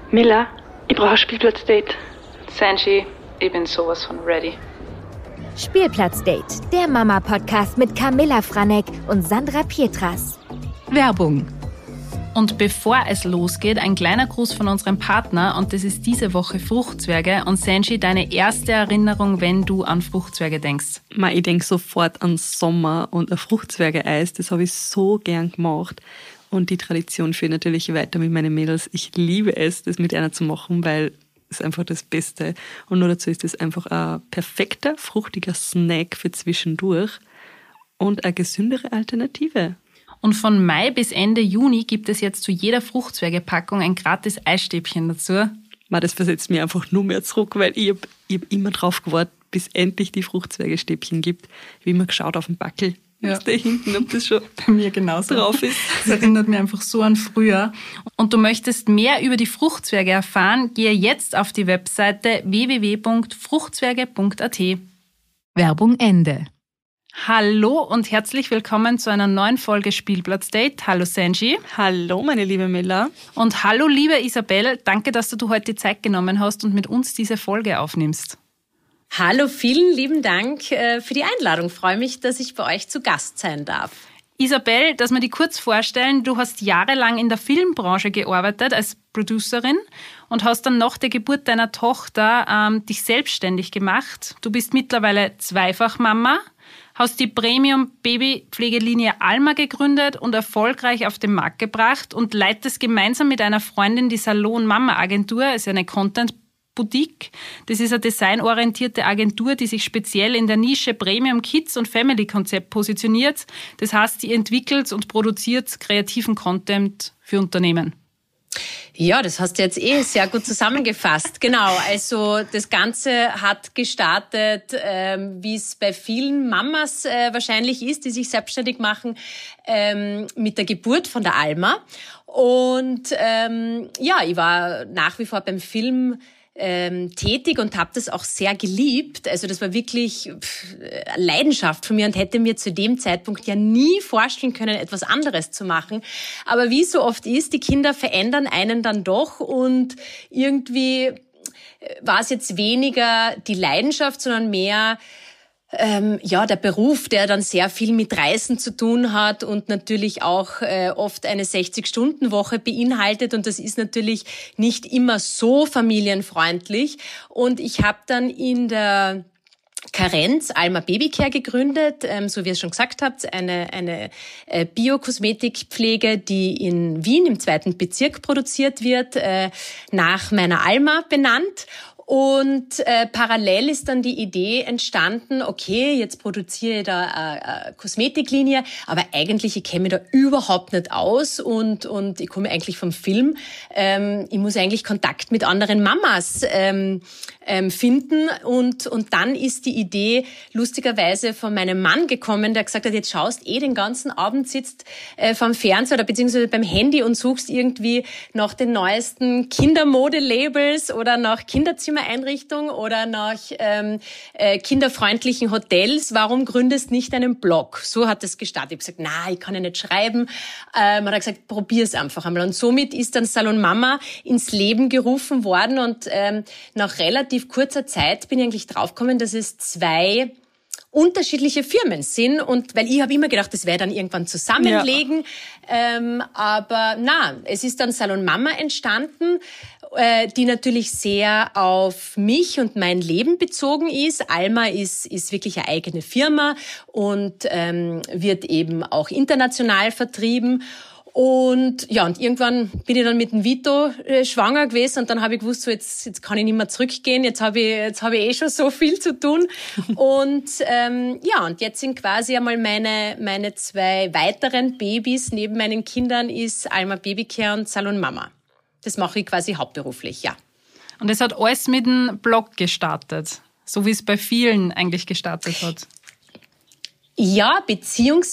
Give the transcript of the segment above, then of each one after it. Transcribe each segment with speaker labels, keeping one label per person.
Speaker 1: Miller, ich brauche ein Spielplatzdate.
Speaker 2: Sanji, ich bin sowas von ready.
Speaker 3: Spielplatzdate, der Mama-Podcast mit Camilla Franek und Sandra Pietras.
Speaker 4: Werbung. Und bevor es losgeht, ein kleiner Gruß von unserem Partner und das ist diese Woche Fruchtzwerge. Und Sanji, deine erste Erinnerung, wenn du an Fruchtzwerge denkst?
Speaker 5: Ich denke sofort an Sommer und ein Fruchtzwerge-Eis, das habe ich so gern gemacht. Und die Tradition führe natürlich weiter mit meinen Mädels. Ich liebe es, das mit einer zu machen, weil es einfach das Beste. Und nur dazu ist es einfach ein perfekter, fruchtiger Snack für zwischendurch und eine gesündere Alternative.
Speaker 4: Und von Mai bis Ende Juni gibt es jetzt zu jeder Fruchtzwergepackung ein gratis Eisstäbchen dazu.
Speaker 5: Das versetzt mich einfach nur mehr zurück, weil ich hab immer drauf gewartet, bis endlich die Fruchtzwergestäbchen gibt. Ich habe immer geschaut auf den Backel.
Speaker 4: Ja.
Speaker 5: Da hinten, ob das schon
Speaker 4: bei mir genauso
Speaker 5: drauf ist.
Speaker 4: Das erinnert mich einfach so an früher. Und du möchtest mehr über die Fruchtzwerge erfahren, gehe jetzt auf die Webseite www.fruchtzwerge.at.
Speaker 2: Werbung Ende.
Speaker 4: Hallo und herzlich willkommen zu einer neuen Folge Spielplatzdate. Hallo Sanji.
Speaker 5: Hallo meine liebe Miller.
Speaker 4: Und hallo liebe Isabel, danke, dass du heute die Zeit genommen hast und mit uns diese Folge aufnimmst.
Speaker 6: Hallo, vielen lieben Dank für die Einladung. Ich freue mich, dass ich bei euch zu Gast sein darf.
Speaker 4: Isabel, dass wir dich kurz vorstellen, du hast jahrelang in der Filmbranche gearbeitet als Producerin und hast dann nach der Geburt deiner Tochter dich selbstständig gemacht. Du bist mittlerweile Zweifachmama, hast die Premium-Babypflegelinie Alma gegründet und erfolgreich auf den Markt gebracht und leitest gemeinsam mit einer Freundin die Salon Mama Agentur, ist eine Content-Boutique. Das ist eine designorientierte Agentur, die sich speziell in der Nische Premium Kids und Family Konzept positioniert. Das heißt, sie entwickelt und produziert kreativen Content für Unternehmen.
Speaker 6: Ja, das hast du jetzt sehr gut zusammengefasst. Genau, also das Ganze hat gestartet, wie es bei vielen Mamas wahrscheinlich ist, die sich selbstständig machen, mit der Geburt von der Alma. Und ich war nach wie vor beim Film tätig und habe das auch sehr geliebt. Also das war wirklich Leidenschaft von mir und hätte mir zu dem Zeitpunkt ja nie vorstellen können, etwas anderes zu machen. Aber wie es so oft ist, die Kinder verändern einen dann doch und irgendwie war es jetzt weniger die Leidenschaft, sondern mehr der Beruf, der dann sehr viel mit Reisen zu tun hat und natürlich auch oft eine 60-Stunden-Woche beinhaltet und das ist natürlich nicht immer so familienfreundlich und ich habe dann in der Karenz Alma Babycare gegründet, so wie ihr es schon gesagt habt, eine Bio-Kosmetikpflege, die in Wien im 2. Bezirk produziert wird, nach meiner Alma benannt. Und parallel ist dann die Idee entstanden, okay, jetzt produziere ich da eine Kosmetiklinie, aber eigentlich, ich kenne mich da überhaupt nicht aus und ich komme eigentlich vom Film. Ich muss eigentlich Kontakt mit anderen Mamas finden und dann ist die Idee lustigerweise von meinem Mann gekommen, der gesagt hat, jetzt schaust den ganzen Abend, sitzt vorm Fernseher oder beziehungsweise beim Handy und suchst irgendwie nach den neuesten Kindermode-Labels oder nach Kinderzimmereinrichtung oder nach kinderfreundlichen Hotels. Warum gründest nicht einen Blog? So hat es gestartet. Ich habe gesagt, ich kann ja nicht schreiben. Man hat gesagt, probier's einfach einmal. Und somit ist dann Salon Mama ins Leben gerufen worden und nach relativ kurzer Zeit bin ich eigentlich draufgekommen, dass es 2 unterschiedliche Firmen sind und weil ich habe immer gedacht, das werde dann irgendwann zusammenlegen, aber es ist dann Salon Mama entstanden, die natürlich sehr auf mich und mein Leben bezogen ist. Alma ist wirklich eine eigene Firma und wird eben auch international vertrieben. Und irgendwann bin ich dann mit dem Vito schwanger gewesen und dann habe ich gewusst, so jetzt kann ich nicht mehr zurückgehen, jetzt habe ich schon so viel zu tun. Und und jetzt sind quasi einmal meine 2 weiteren Babys neben meinen Kindern ist Alma Babycare und Salon Mama. Das mache ich quasi hauptberuflich, ja.
Speaker 4: Und es hat alles mit dem Blog gestartet, so wie es bei vielen eigentlich gestartet hat.
Speaker 6: Ja,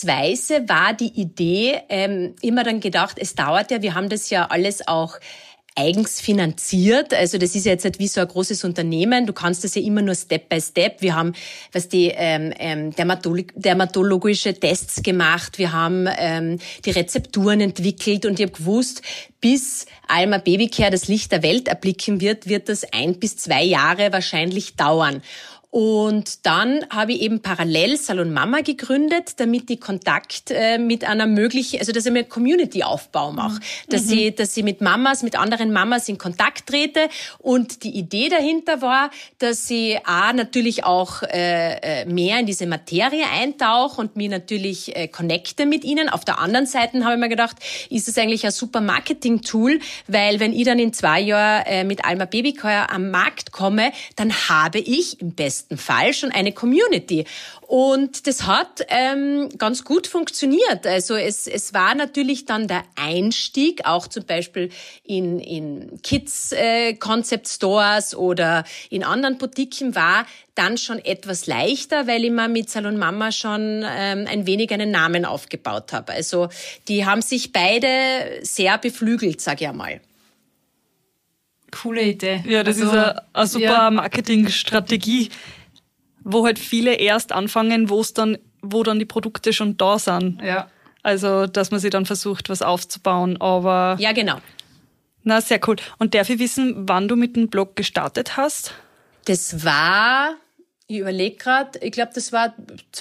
Speaker 6: beziehungsweise war die Idee immer dann gedacht, es dauert ja, wir haben das ja alles auch eigens finanziert. Also das ist ja jetzt nicht wie so ein großes Unternehmen. Du kannst das ja immer nur Step by Step. Wir haben dermatologische Tests gemacht. Wir haben die Rezepturen entwickelt und ich habe gewusst, bis Alma Babycare das Licht der Welt erblicken wird, wird das 1 bis 2 Jahre wahrscheinlich dauern. Und dann habe ich eben parallel Salon Mama gegründet, damit ich Kontakt mit einer möglichen, also dass ich mir Community-Aufbau mache, dass ich mit anderen Mamas in Kontakt trete. Und die Idee dahinter war, dass ich natürlich auch mehr in diese Materie eintauche und mich natürlich connecte mit ihnen. Auf der anderen Seite habe ich mir gedacht, ist es eigentlich ein super Marketing-Tool, weil wenn ich dann in 2 Jahren mit Alma Babycare am Markt komme, dann habe ich im besten Fall schon eine Community. Und das hat ganz gut funktioniert. Also es war natürlich dann der Einstieg, auch zum Beispiel in Kids Concept Stores oder in anderen Boutiquen war dann schon etwas leichter, weil ich mir mit Salon Mama schon ein wenig einen Namen aufgebaut habe. Also die haben sich beide sehr beflügelt, sage ich einmal.
Speaker 4: Coole Idee.
Speaker 5: Ja, das ist eine super Marketingstrategie, wo halt viele erst anfangen, wo dann die Produkte schon da sind.
Speaker 4: Ja.
Speaker 5: Also, dass man sich dann versucht, was aufzubauen. Aber
Speaker 6: ja, genau.
Speaker 5: Na, sehr cool. Und darf ich wissen, wann du mit dem Blog gestartet hast?
Speaker 6: Das war, ich überlege gerade, ich glaube, das war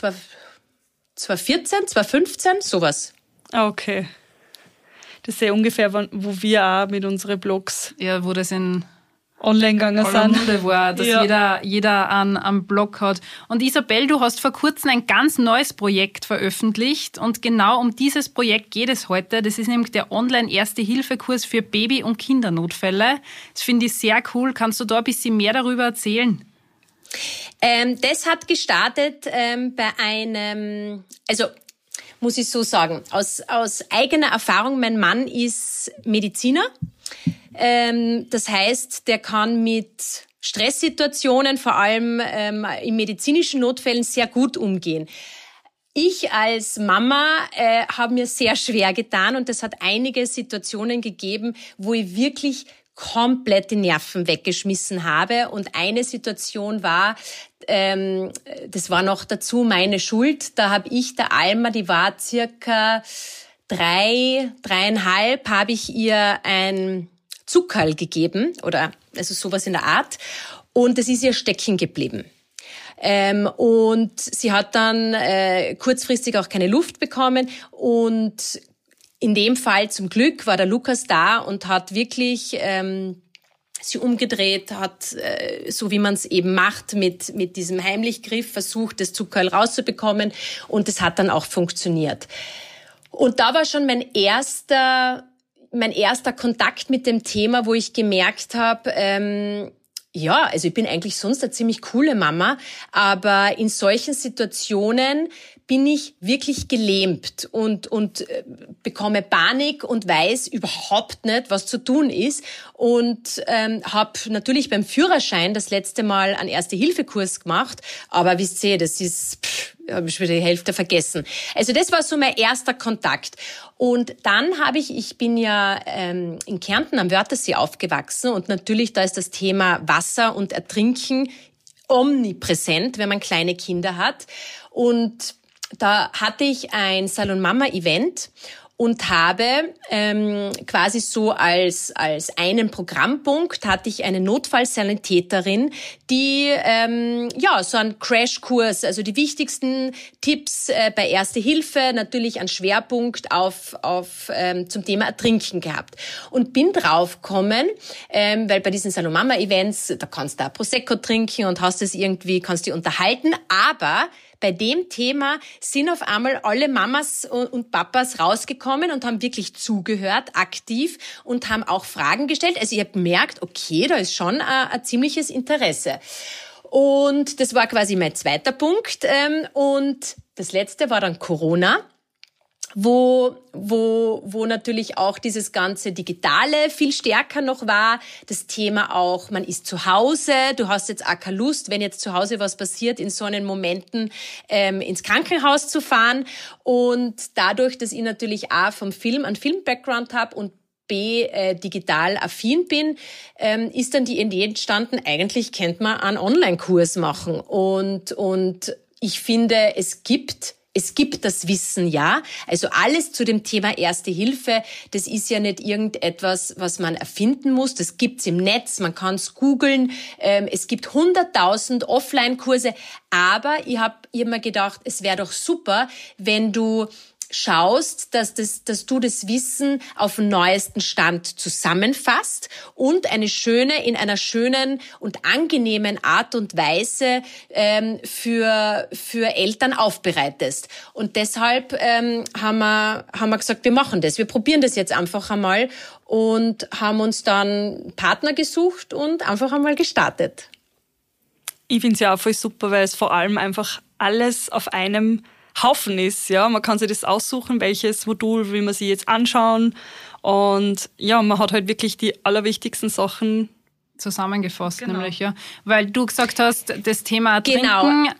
Speaker 6: 2014, 2015, sowas.
Speaker 5: Okay. Das ist ja ungefähr, wo wir auch mit unseren Blogs
Speaker 4: wo das in
Speaker 5: online gegangen sind.
Speaker 4: War, dass jeder einen Blog hat. Und Isabel, du hast vor kurzem ein ganz neues Projekt veröffentlicht und genau um dieses Projekt geht es heute. Das ist nämlich der Online-Erste-Hilfe-Kurs für Baby- und Kindernotfälle. Das finde ich sehr cool. Kannst du da ein bisschen mehr darüber erzählen?
Speaker 6: Das hat gestartet bei einem, also muss ich so sagen, aus eigener Erfahrung, mein Mann ist Mediziner. Das heißt, der kann mit Stresssituationen, vor allem in medizinischen Notfällen, sehr gut umgehen. Ich als Mama habe mir sehr schwer getan und es hat einige Situationen gegeben, wo ich wirklich komplett die Nerven weggeschmissen habe. Und eine Situation war, das war noch dazu meine Schuld, da habe ich der Alma, die war circa 3,5, habe ich ihr ein Zuckerl gegeben oder also sowas in der Art und es ist ihr stecken geblieben. Und sie hat dann kurzfristig auch keine Luft bekommen und in dem Fall zum Glück war der Lukas da und hat wirklich sie umgedreht, hat, so wie man es eben macht, mit diesem Heimlichgriff versucht, das Zuckerl rauszubekommen und es hat dann auch funktioniert. Und da war schon mein erster Kontakt mit dem Thema, wo ich gemerkt habe, also ich bin eigentlich sonst eine ziemlich coole Mama, aber in solchen Situationen bin ich wirklich gelähmt und bekomme Panik und weiß überhaupt nicht, was zu tun ist und habe natürlich beim Führerschein das letzte Mal einen Erste-Hilfe-Kurs gemacht, aber wisst ihr, das ist, habe ich wieder die Hälfte vergessen. Also das war so mein erster Kontakt. Und dann ich bin ja in Kärnten am Wörthersee aufgewachsen und natürlich da ist das Thema Wasser und Ertrinken omnipräsent, wenn man kleine Kinder hat. Und da hatte ich ein Salon Mama Event und habe quasi so als einen Programmpunkt hatte ich eine Notfallsanitäterin, die so einen Crashkurs, also die wichtigsten Tipps bei Erste Hilfe, natürlich einen Schwerpunkt auf zum Thema Ertrinken gehabt und bin draufgekommen, weil bei diesen Salon Mama Events da kannst du auch Prosecco trinken und kannst dich unterhalten, aber bei dem Thema sind auf einmal alle Mamas und Papas rausgekommen und haben wirklich zugehört, aktiv und haben auch Fragen gestellt. Also ich habe gemerkt, okay, da ist schon ein ziemliches Interesse. Und das war quasi mein zweiter Punkt. Und das letzte war dann Corona, wo natürlich auch dieses ganze Digitale viel stärker noch war. Das Thema auch, man ist zu Hause, du hast jetzt auch keine Lust, wenn jetzt zu Hause was passiert, in so einen Momenten ins Krankenhaus zu fahren. Und dadurch, dass ich natürlich auch vom Film einen Film-Background habe und digital affin bin, ist dann die Idee entstanden, eigentlich könnte man einen Online-Kurs machen. Und ich finde, es gibt das Wissen, ja. Also alles zu dem Thema Erste Hilfe, das ist ja nicht irgendetwas, was man erfinden muss. Das gibt's im Netz, man kann es googeln. Es gibt 100.000 Offline-Kurse. Aber ich hab mir gedacht, es wäre doch super, wenn du schaust, dass du das Wissen auf den neuesten Stand zusammenfasst und in einer schönen und angenehmen Art und Weise für Eltern aufbereitest. Und deshalb haben wir gesagt, wir machen das. Wir probieren das jetzt einfach einmal und haben uns dann Partner gesucht und einfach einmal gestartet.
Speaker 5: Ich finde es ja auch voll super, weil es vor allem einfach alles auf einem Haufen ist, ja. Man kann sich das aussuchen, welches Modul will man sich jetzt anschauen. Und ja, man hat halt wirklich die allerwichtigsten Sachen
Speaker 4: zusammengefasst, nämlich, ja. Weil du gesagt hast, das Thema Trinken,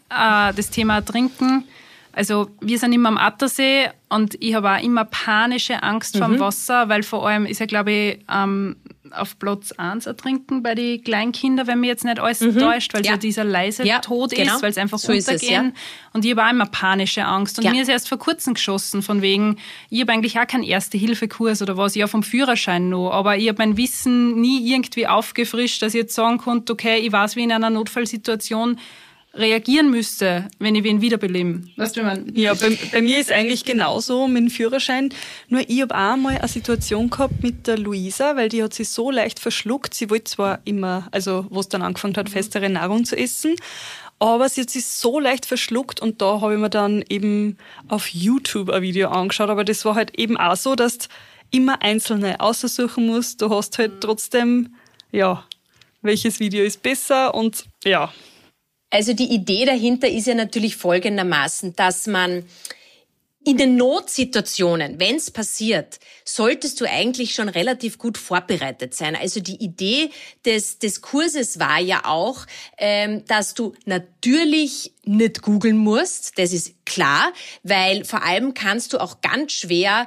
Speaker 4: also wir sind immer am Attersee und ich habe auch immer panische Angst vor dem Wasser, weil vor allem ist ja, glaube ich, auf Platz 1 ertrinken bei den Kleinkindern, wenn mir jetzt nicht alles täuscht, weil es ja dieser leise Tod ist, weil es einfach so untergehen. Ist es, ja. Und ich habe auch immer panische Angst. Und mir ist erst vor kurzem geschossen, von wegen, ich habe eigentlich auch keinen Erste-Hilfe-Kurs oder was, ich habe vom Führerschein noch, aber ich habe mein Wissen nie irgendwie aufgefrischt, dass ich jetzt sagen konnte, okay, ich weiß, wie ich in einer Notfallsituation reagieren müsste, wenn ich wen wiederbeleben. Weißt du, wie man?
Speaker 5: Ja, bei mir ist eigentlich genauso mit dem Führerschein. Nur ich habe auch mal eine Situation gehabt mit der Luisa, weil die hat sich so leicht verschluckt. Sie wollte zwar immer, also wo es dann angefangen hat, festere Nahrung zu essen, aber sie hat sich so leicht verschluckt und da habe ich mir dann eben auf YouTube ein Video angeschaut. Aber das war halt eben auch so, dass du immer einzelne aussuchen musst. Du hast halt trotzdem, ja, welches Video ist besser und ja.
Speaker 6: Also die Idee dahinter ist ja natürlich folgendermaßen, dass man in den Notsituationen, wenn es passiert, solltest du eigentlich schon relativ gut vorbereitet sein. Also die Idee des Kurses war ja auch, dass du natürlich nicht googeln musst, das ist klar, weil vor allem kannst du auch ganz schwer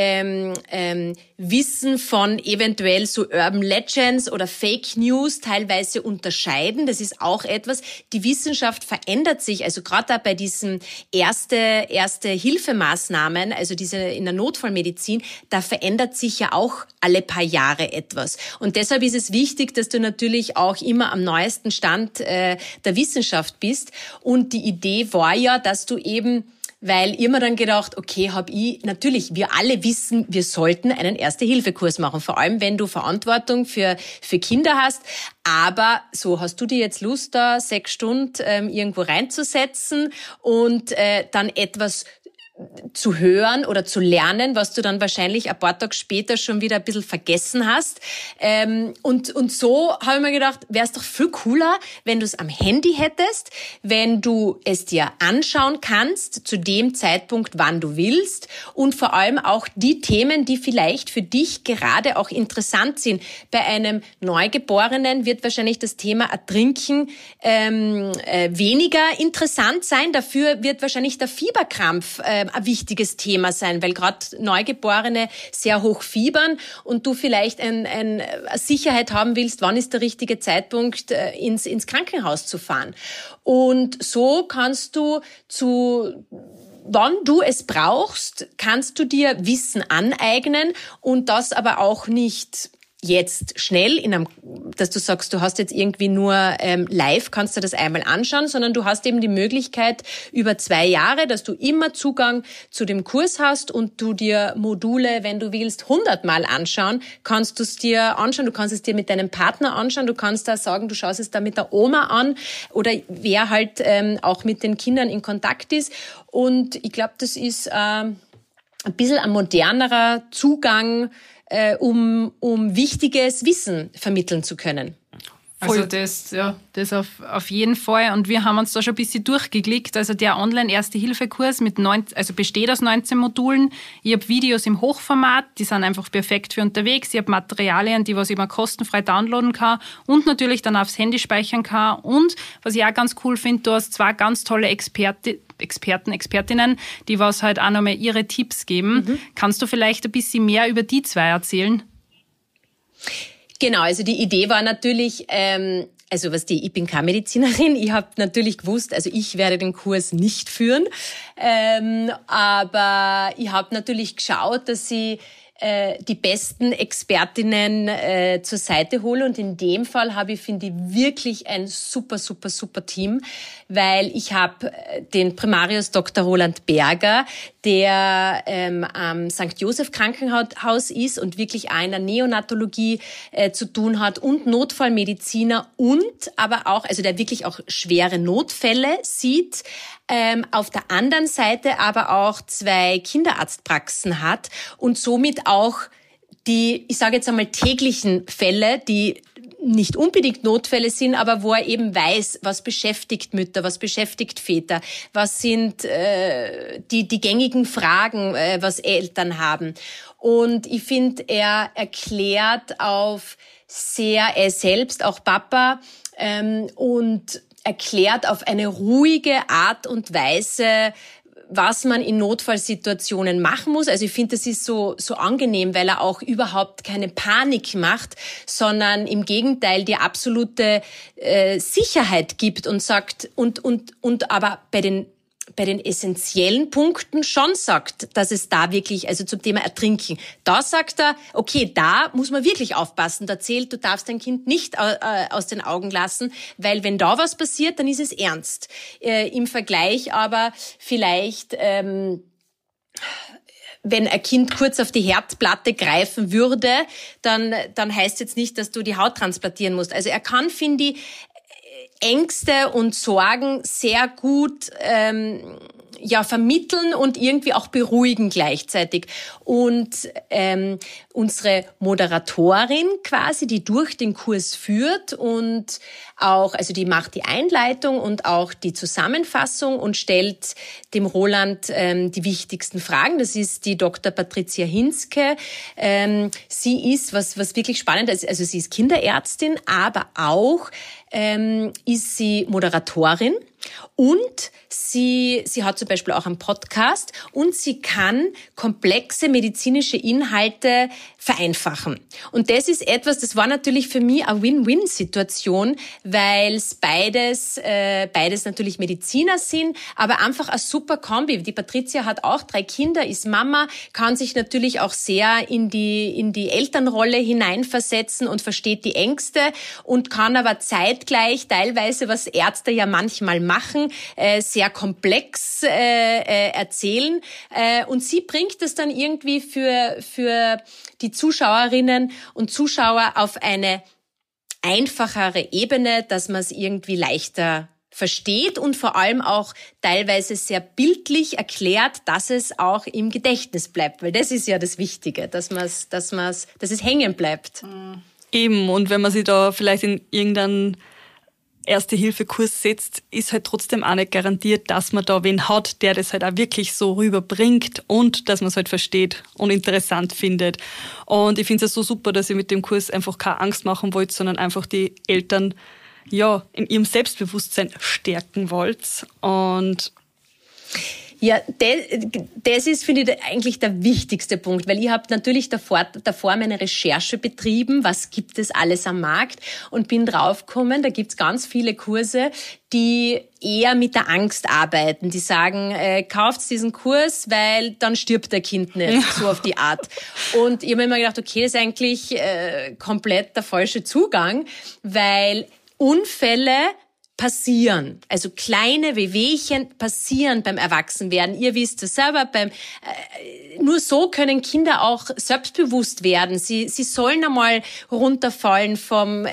Speaker 6: Wissen von eventuell so Urban Legends oder Fake News teilweise unterscheiden. Das ist auch etwas. Die Wissenschaft verändert sich, also gerade auch bei diesen Erste-Hilfemaßnahmen, also diese in der Notfallmedizin, da verändert sich ja auch alle paar Jahre etwas. Und deshalb ist es wichtig, dass du natürlich auch immer am neuesten Stand der Wissenschaft bist. Und die Idee war ja, dass du eben, weil ich mir dann gedacht, okay, natürlich, wir alle wissen, wir sollten einen Erste-Hilfe-Kurs machen, vor allem wenn du Verantwortung für Kinder hast. Aber so, hast du dir jetzt Lust, da 6 Stunden irgendwo reinzusetzen und dann etwas zu hören oder zu lernen, was du dann wahrscheinlich ein paar Tage später schon wieder ein bisschen vergessen hast. Und so habe ich mir gedacht, wäre es doch viel cooler, wenn du es am Handy hättest, wenn du es dir anschauen kannst, zu dem Zeitpunkt, wann du willst und vor allem auch die Themen, die vielleicht für dich gerade auch interessant sind. Bei einem Neugeborenen wird wahrscheinlich das Thema Ertrinken weniger interessant sein. Dafür wird wahrscheinlich der Fieberkrampf ein wichtiges Thema sein, weil gerade Neugeborene sehr hoch fiebern und du vielleicht eine Sicherheit haben willst, wann ist der richtige Zeitpunkt, ins Krankenhaus zu fahren. Und so kannst du wann du es brauchst, kannst du dir Wissen aneignen und das aber auch nicht jetzt schnell dass du sagst, du hast jetzt irgendwie nur live, kannst du das einmal anschauen, sondern du hast eben die Möglichkeit über 2 Jahre, dass du immer Zugang zu dem Kurs hast und du dir Module, wenn du willst, 100-mal anschauen, kannst du es dir anschauen, du kannst es dir mit deinem Partner anschauen, du kannst da sagen, du schaust es da mit der Oma an oder wer halt auch mit den Kindern in Kontakt ist. Und ich glaube, das ist ein bisschen ein modernerer Zugang, um wichtiges Wissen vermitteln zu können.
Speaker 4: Also das auf jeden Fall. Und wir haben uns da schon ein bisschen durchgeklickt. Also der Online-Erste-Hilfe-Kurs besteht aus 19 Modulen. Ich habe Videos im Hochformat, die sind einfach perfekt für unterwegs. Ich habe Materialien, die was ich immer kostenfrei downloaden kann und natürlich dann aufs Handy speichern kann. Und was ich auch ganz cool finde, du hast 2 ganz tolle Expertinnen, die was halt auch nochmal ihre Tipps geben. Kannst du vielleicht ein bisschen mehr über die 2 erzählen?
Speaker 6: Genau, also die Idee war natürlich, ich bin keine Medizinerin, ich habe natürlich gewusst, also ich werde den Kurs nicht führen, aber ich habe natürlich geschaut, dass ich die besten Expertinnen zur Seite hole. Und in dem Fall finde ich, wirklich ein super, super, super Team, weil ich habe den Primarius Dr. Roland Berger, der am St. Joseph Krankenhaus ist und wirklich auch in der Neonatologie zu tun hat und Notfallmediziner und aber auch, also der wirklich auch schwere Notfälle sieht, auf der anderen Seite aber auch 2 Kinderarztpraxen hat und somit auch die, ich sage jetzt einmal, täglichen Fälle, die nicht unbedingt Notfälle sind, aber wo er eben weiß, was beschäftigt Mütter, was beschäftigt Väter, was sind die gängigen Fragen, was Eltern haben. Und ich finde, er erklärt er ist selbst auch Papa und erklärt auf eine ruhige Art und Weise, was man in Notfallsituationen machen muss. Also ich finde, das ist so angenehm, weil er auch überhaupt keine Panik macht, sondern im Gegenteil die absolute Sicherheit gibt und sagt und aber bei den essentiellen Punkten schon sagt, dass es da wirklich, also zum Thema Ertrinken, da sagt er, okay, da muss man wirklich aufpassen. Da zählt, du darfst dein Kind nicht aus den Augen lassen, weil wenn da was passiert, dann ist es ernst. Im Vergleich aber vielleicht, wenn ein Kind kurz auf die Herdplatte greifen würde, dann heißt jetzt nicht, dass du die Haut transplantieren musst. Also er kann, finde ich, Ängste und Sorgen sehr gut vermitteln und irgendwie auch beruhigen gleichzeitig. Und unsere Moderatorin quasi, die durch den Kurs führt und auch, also die macht die Einleitung und auch die Zusammenfassung und stellt dem Roland die wichtigsten Fragen. Das ist die Dr. Patricia Hinske. Sie ist, was wirklich spannend ist, also sie ist Kinderärztin, aber auch ist sie Moderatorin und sie hat zum Beispiel auch einen Podcast und sie kann komplexe medizinische Inhalte vereinfachen. Und das ist etwas, das war natürlich für mich eine Win-Win-Situation, weil es beides natürlich Mediziner sind, aber einfach eine super Kombi. Die Patricia hat auch 3 Kinder, ist Mama, kann sich natürlich auch sehr in die Elternrolle hineinversetzen und versteht die Ängste und kann aber zeitgleich teilweise, was Ärzte ja manchmal machen, sehr komplex erzählen. Und sie bringt es dann irgendwie für die Zuschauerinnen und Zuschauer auf eine einfachere Ebene, dass man es irgendwie leichter versteht und vor allem auch teilweise sehr bildlich erklärt, dass es auch im Gedächtnis bleibt, weil das ist ja das Wichtige, dass es hängen bleibt.
Speaker 5: Eben, und wenn man sich da vielleicht in irgendeinen Erste-Hilfe-Kurs setzt, ist halt trotzdem auch nicht garantiert, dass man da wen hat, der das halt auch wirklich so rüberbringt und dass man es halt versteht und interessant findet. Und ich finde es so super, dass ihr mit dem Kurs einfach keine Angst machen wollt, sondern einfach die Eltern in ihrem Selbstbewusstsein stärken wollt. Und
Speaker 6: ja, das ist, finde ich, eigentlich der wichtigste Punkt, weil ich habe natürlich davor meine Recherche betrieben, was gibt es alles am Markt und bin draufgekommen, da gibt's ganz viele Kurse, die eher mit der Angst arbeiten, die sagen, kauft diesen Kurs, weil dann stirbt der Kind nicht, so auf die Art. Und ich habe mir immer gedacht, okay, das ist eigentlich komplett der falsche Zugang, weil Unfälle passieren. Also kleine Wehwehchen passieren beim Erwachsenwerden. Ihr wisst es selber, nur so können Kinder auch selbstbewusst werden. Sie sollen einmal runterfallen vom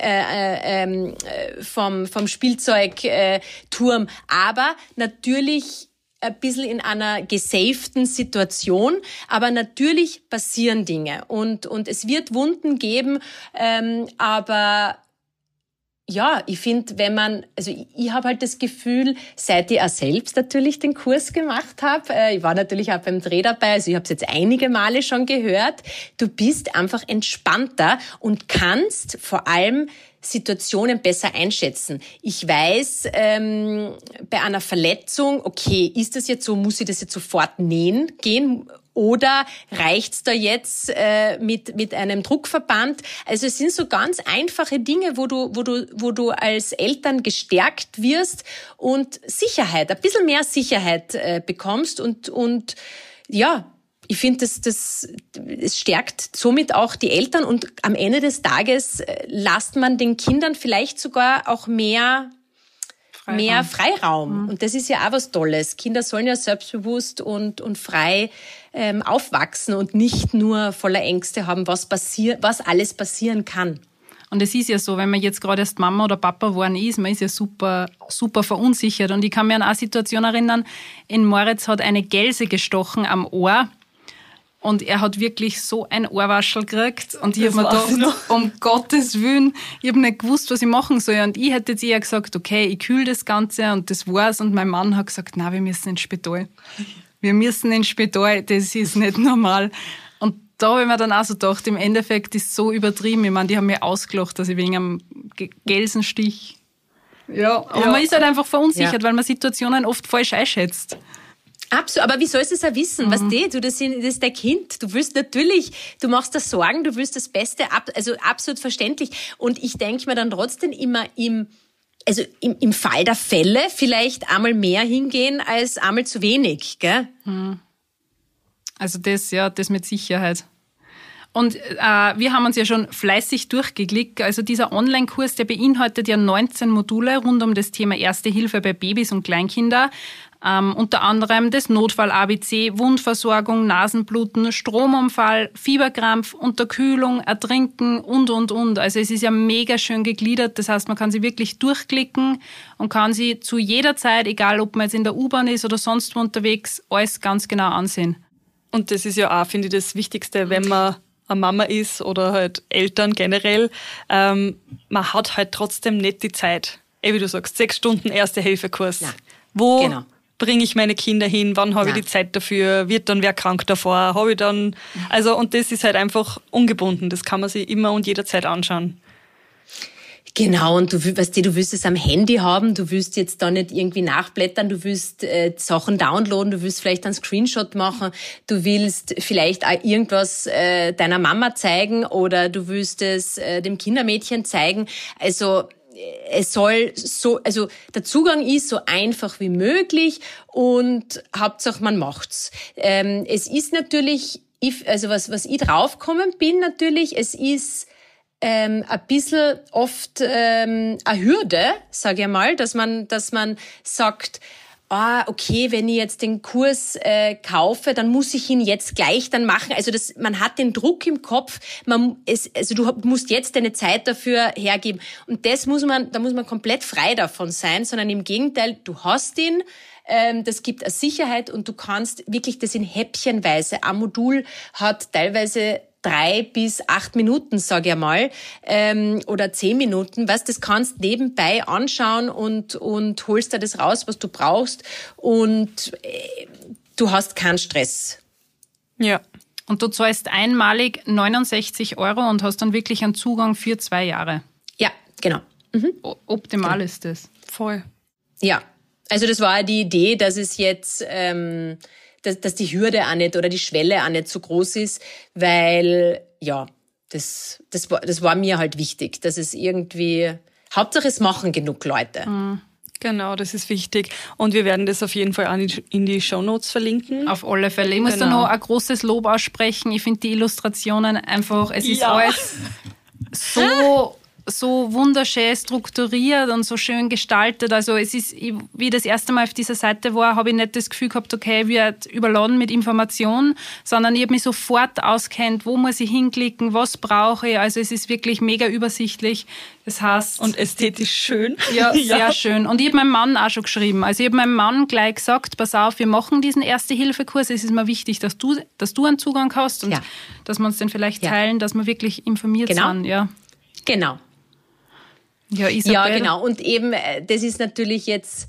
Speaker 6: Spielzeugturm. Aber natürlich ein bisschen in einer gesaften Situation, aber natürlich passieren Dinge und es wird Wunden geben, aber ja, ich finde, ich habe halt das Gefühl, seit ich auch selbst natürlich den Kurs gemacht habe, ich war natürlich auch beim Dreh dabei, also ich habe es jetzt einige Male schon gehört, du bist einfach entspannter und kannst vor allem Situationen besser einschätzen. Ich weiß, bei einer Verletzung, okay, ist das jetzt so, muss ich das jetzt sofort nähen gehen? Oder reicht's da jetzt mit einem Druckverband? Also es sind so ganz einfache Dinge, wo du als Eltern gestärkt wirst und Sicherheit, ein bisschen mehr Sicherheit bekommst und ja, ich finde, es stärkt somit auch die Eltern und am Ende des Tages lässt man den Kindern vielleicht sogar auch mehr Freiraum. Und das ist ja auch was Tolles. Kinder sollen ja selbstbewusst und frei aufwachsen und nicht nur voller Ängste haben, was alles passieren kann.
Speaker 4: Und es ist ja so, wenn man jetzt gerade erst Mama oder Papa geworden ist, man ist ja super, super verunsichert. Und ich kann mich an eine Situation erinnern, in Moritz hat eine Gelse gestochen am Ohr. Und er hat wirklich so ein Ohrwaschel gekriegt. Und ich habe mir gedacht, um Gottes Willen, ich habe nicht gewusst, was ich machen soll. Und ich hätte jetzt eher gesagt, okay, ich kühle das Ganze und das war's. Und mein Mann hat gesagt, nein, wir müssen ins Spital. Wir müssen ins Spital, das ist nicht normal. Und da habe ich mir dann auch so gedacht, im Endeffekt ist es so übertrieben. Ich meine, die haben mir ausgelacht, dass ich wegen einem Gelsenstich... Ja, aber man ist halt einfach verunsichert, weil man Situationen oft falsch einschätzt.
Speaker 6: Absolut, aber wie sollst du es auch wissen? Das ist dein Kind. Du willst natürlich, du machst dir Sorgen, du willst das Beste, also absolut verständlich. Und ich denke mir dann trotzdem immer im Fall der Fälle vielleicht einmal mehr hingehen als einmal zu wenig, gell?
Speaker 4: Also das mit Sicherheit. Und wir haben uns ja schon fleißig durchgeklickt. Also dieser Online-Kurs, der beinhaltet ja 19 Module rund um das Thema Erste Hilfe bei Babys und Kleinkinder. Unter anderem das Notfall-ABC, Wundversorgung, Nasenbluten, Stromunfall, Fieberkrampf, Unterkühlung, Ertrinken und. Also es ist ja mega schön gegliedert. Das heißt, man kann sie wirklich durchklicken und kann sie zu jeder Zeit, egal ob man jetzt in der U-Bahn ist oder sonst wo unterwegs, alles ganz genau ansehen.
Speaker 5: Und das ist ja auch, finde ich, das Wichtigste, wenn man eine Mama ist oder halt Eltern generell. Man hat halt trotzdem nicht die Zeit. Wie du sagst, 6 Stunden Erste-Hilfe-Kurs. Ja, wo bringe ich meine Kinder hin? Wann habe ich die Zeit dafür? Wird dann wer krank davor? Habe ich dann... Also, und das ist halt einfach ungebunden. Das kann man sich immer und jederzeit anschauen.
Speaker 6: Genau, und du willst es am Handy haben, du willst jetzt da nicht irgendwie nachblättern, du willst Sachen downloaden, du willst vielleicht einen Screenshot machen, du willst vielleicht auch irgendwas deiner Mama zeigen oder du willst es dem Kindermädchen zeigen. Also der Zugang ist so einfach wie möglich und Hauptsache man macht's. Es ist natürlich, was ich draufgekommen bin natürlich, es ist ein bisschen oft eine Hürde, sage ich mal, dass man sagt, okay, wenn ich jetzt den Kurs kaufe, dann muss ich ihn jetzt gleich dann machen. Also man hat den Druck im Kopf, du musst jetzt deine Zeit dafür hergeben. Und da muss man komplett frei davon sein, sondern im Gegenteil, du hast ihn, das gibt eine Sicherheit und du kannst wirklich das in häppchenweise. Ein Modul hat teilweise 3 bis 8 Minuten, sage ich mal, oder 10 Minuten, das kannst nebenbei anschauen und holst da das raus, was du brauchst und du hast keinen Stress.
Speaker 4: Ja. Und du zahlst einmalig 69 € und hast dann wirklich einen Zugang für 2 Jahre.
Speaker 6: Ja, genau.
Speaker 4: Optimal ist das.
Speaker 5: Voll.
Speaker 6: Ja, also das war die Idee, dass es jetzt... dass die Hürde auch nicht oder die Schwelle auch nicht so groß ist, weil, ja, das war mir halt wichtig, dass es irgendwie, Hauptsache es machen genug Leute.
Speaker 5: Genau, das ist wichtig. Und wir werden das auf jeden Fall auch in die Shownotes verlinken.
Speaker 4: Auf alle Fälle. Ich muss da noch ein großes Lob aussprechen. Ich finde die Illustrationen einfach, es ist alles so wunderschön strukturiert und so schön gestaltet. Also es ist, wie ich das erste Mal auf dieser Seite war, habe ich nicht das Gefühl gehabt, okay, ich werde überladen mit Informationen, sondern ich habe mich sofort auskennt, wo muss ich hinklicken, was brauche ich. Also es ist wirklich mega übersichtlich. Das heißt...
Speaker 5: Und ästhetisch schön.
Speaker 4: Ja, sehr schön. Und ich habe meinem Mann auch schon geschrieben. Also ich habe meinem Mann gleich gesagt, pass auf, wir machen diesen Erste-Hilfe-Kurs. Es ist mir wichtig, dass du einen Zugang hast und dass wir uns den vielleicht teilen, dass wir wirklich informiert sind. Ja.
Speaker 6: Genau.
Speaker 4: Ja, Isabel.
Speaker 6: Ja, genau. Und eben, das ist natürlich jetzt,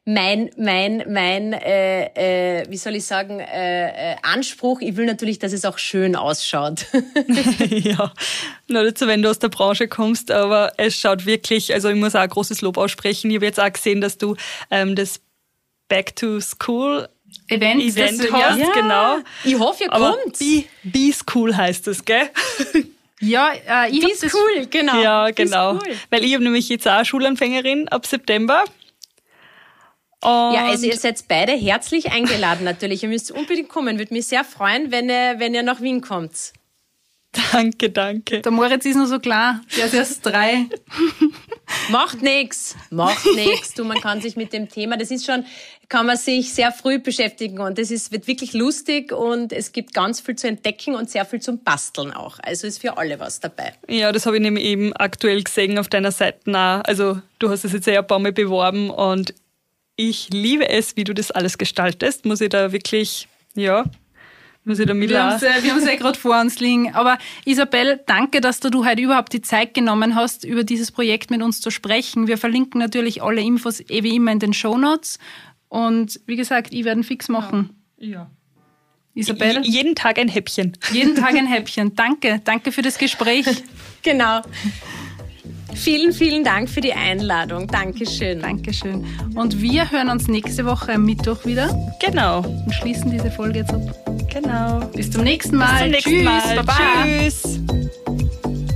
Speaker 6: wie soll ich sagen, Anspruch. Ich will natürlich, dass es auch schön ausschaut.
Speaker 5: Ja, nur dazu, wenn du aus der Branche kommst, aber es schaut wirklich, also ich muss auch ein großes Lob aussprechen. Ich habe jetzt auch gesehen, dass du das Back to School Event hast,
Speaker 6: ja.
Speaker 5: Genau.
Speaker 6: Ich hoffe, ihr kommt.
Speaker 5: Be School heißt das, gell?
Speaker 4: Ja, ich
Speaker 6: habe das cool, genau.
Speaker 5: Ja, genau. Cool. Weil ich habe nämlich jetzt auch eine Schulanfängerin ab September.
Speaker 6: Ja, also ihr seid beide herzlich eingeladen natürlich. Ihr müsst unbedingt kommen. Würde mich sehr freuen, wenn ihr nach Wien kommt.
Speaker 5: Danke.
Speaker 4: Der Moritz ist noch so klar. Der ist erst 3.
Speaker 6: Macht nix. Du, man kann sich mit dem Thema, kann man sich sehr früh beschäftigen und wird wirklich lustig und es gibt ganz viel zu entdecken und sehr viel zum Basteln auch. Also ist für alle was dabei.
Speaker 5: Ja, das habe ich nämlich eben aktuell gesehen auf deiner Seite auch. Also du hast es jetzt ja ein paar Mal beworben und ich liebe es, wie du das alles gestaltest. Muss ich da wirklich, wir haben es ja gerade vor uns liegen. Aber Isabel, danke, dass du heute überhaupt die Zeit genommen hast, über dieses Projekt mit uns zu sprechen. Wir verlinken natürlich alle Infos wie immer in den Shownotes. Und wie gesagt, ich werde ihn fix machen. Ja.
Speaker 4: Isabel?
Speaker 5: Jeden Tag ein Häppchen.
Speaker 4: Jeden Tag ein Häppchen. Danke für das Gespräch.
Speaker 6: Genau. Vielen, vielen Dank für die Einladung. Dankeschön.
Speaker 4: Und wir hören uns nächste Woche am Mittwoch wieder.
Speaker 5: Genau.
Speaker 4: Und schließen diese Folge jetzt ab.
Speaker 5: Genau.
Speaker 4: Bis zum nächsten Mal. Tschüss. Baba.
Speaker 5: Tschüss.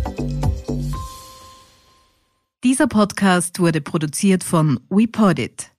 Speaker 2: Dieser Podcast wurde produziert von WePodit.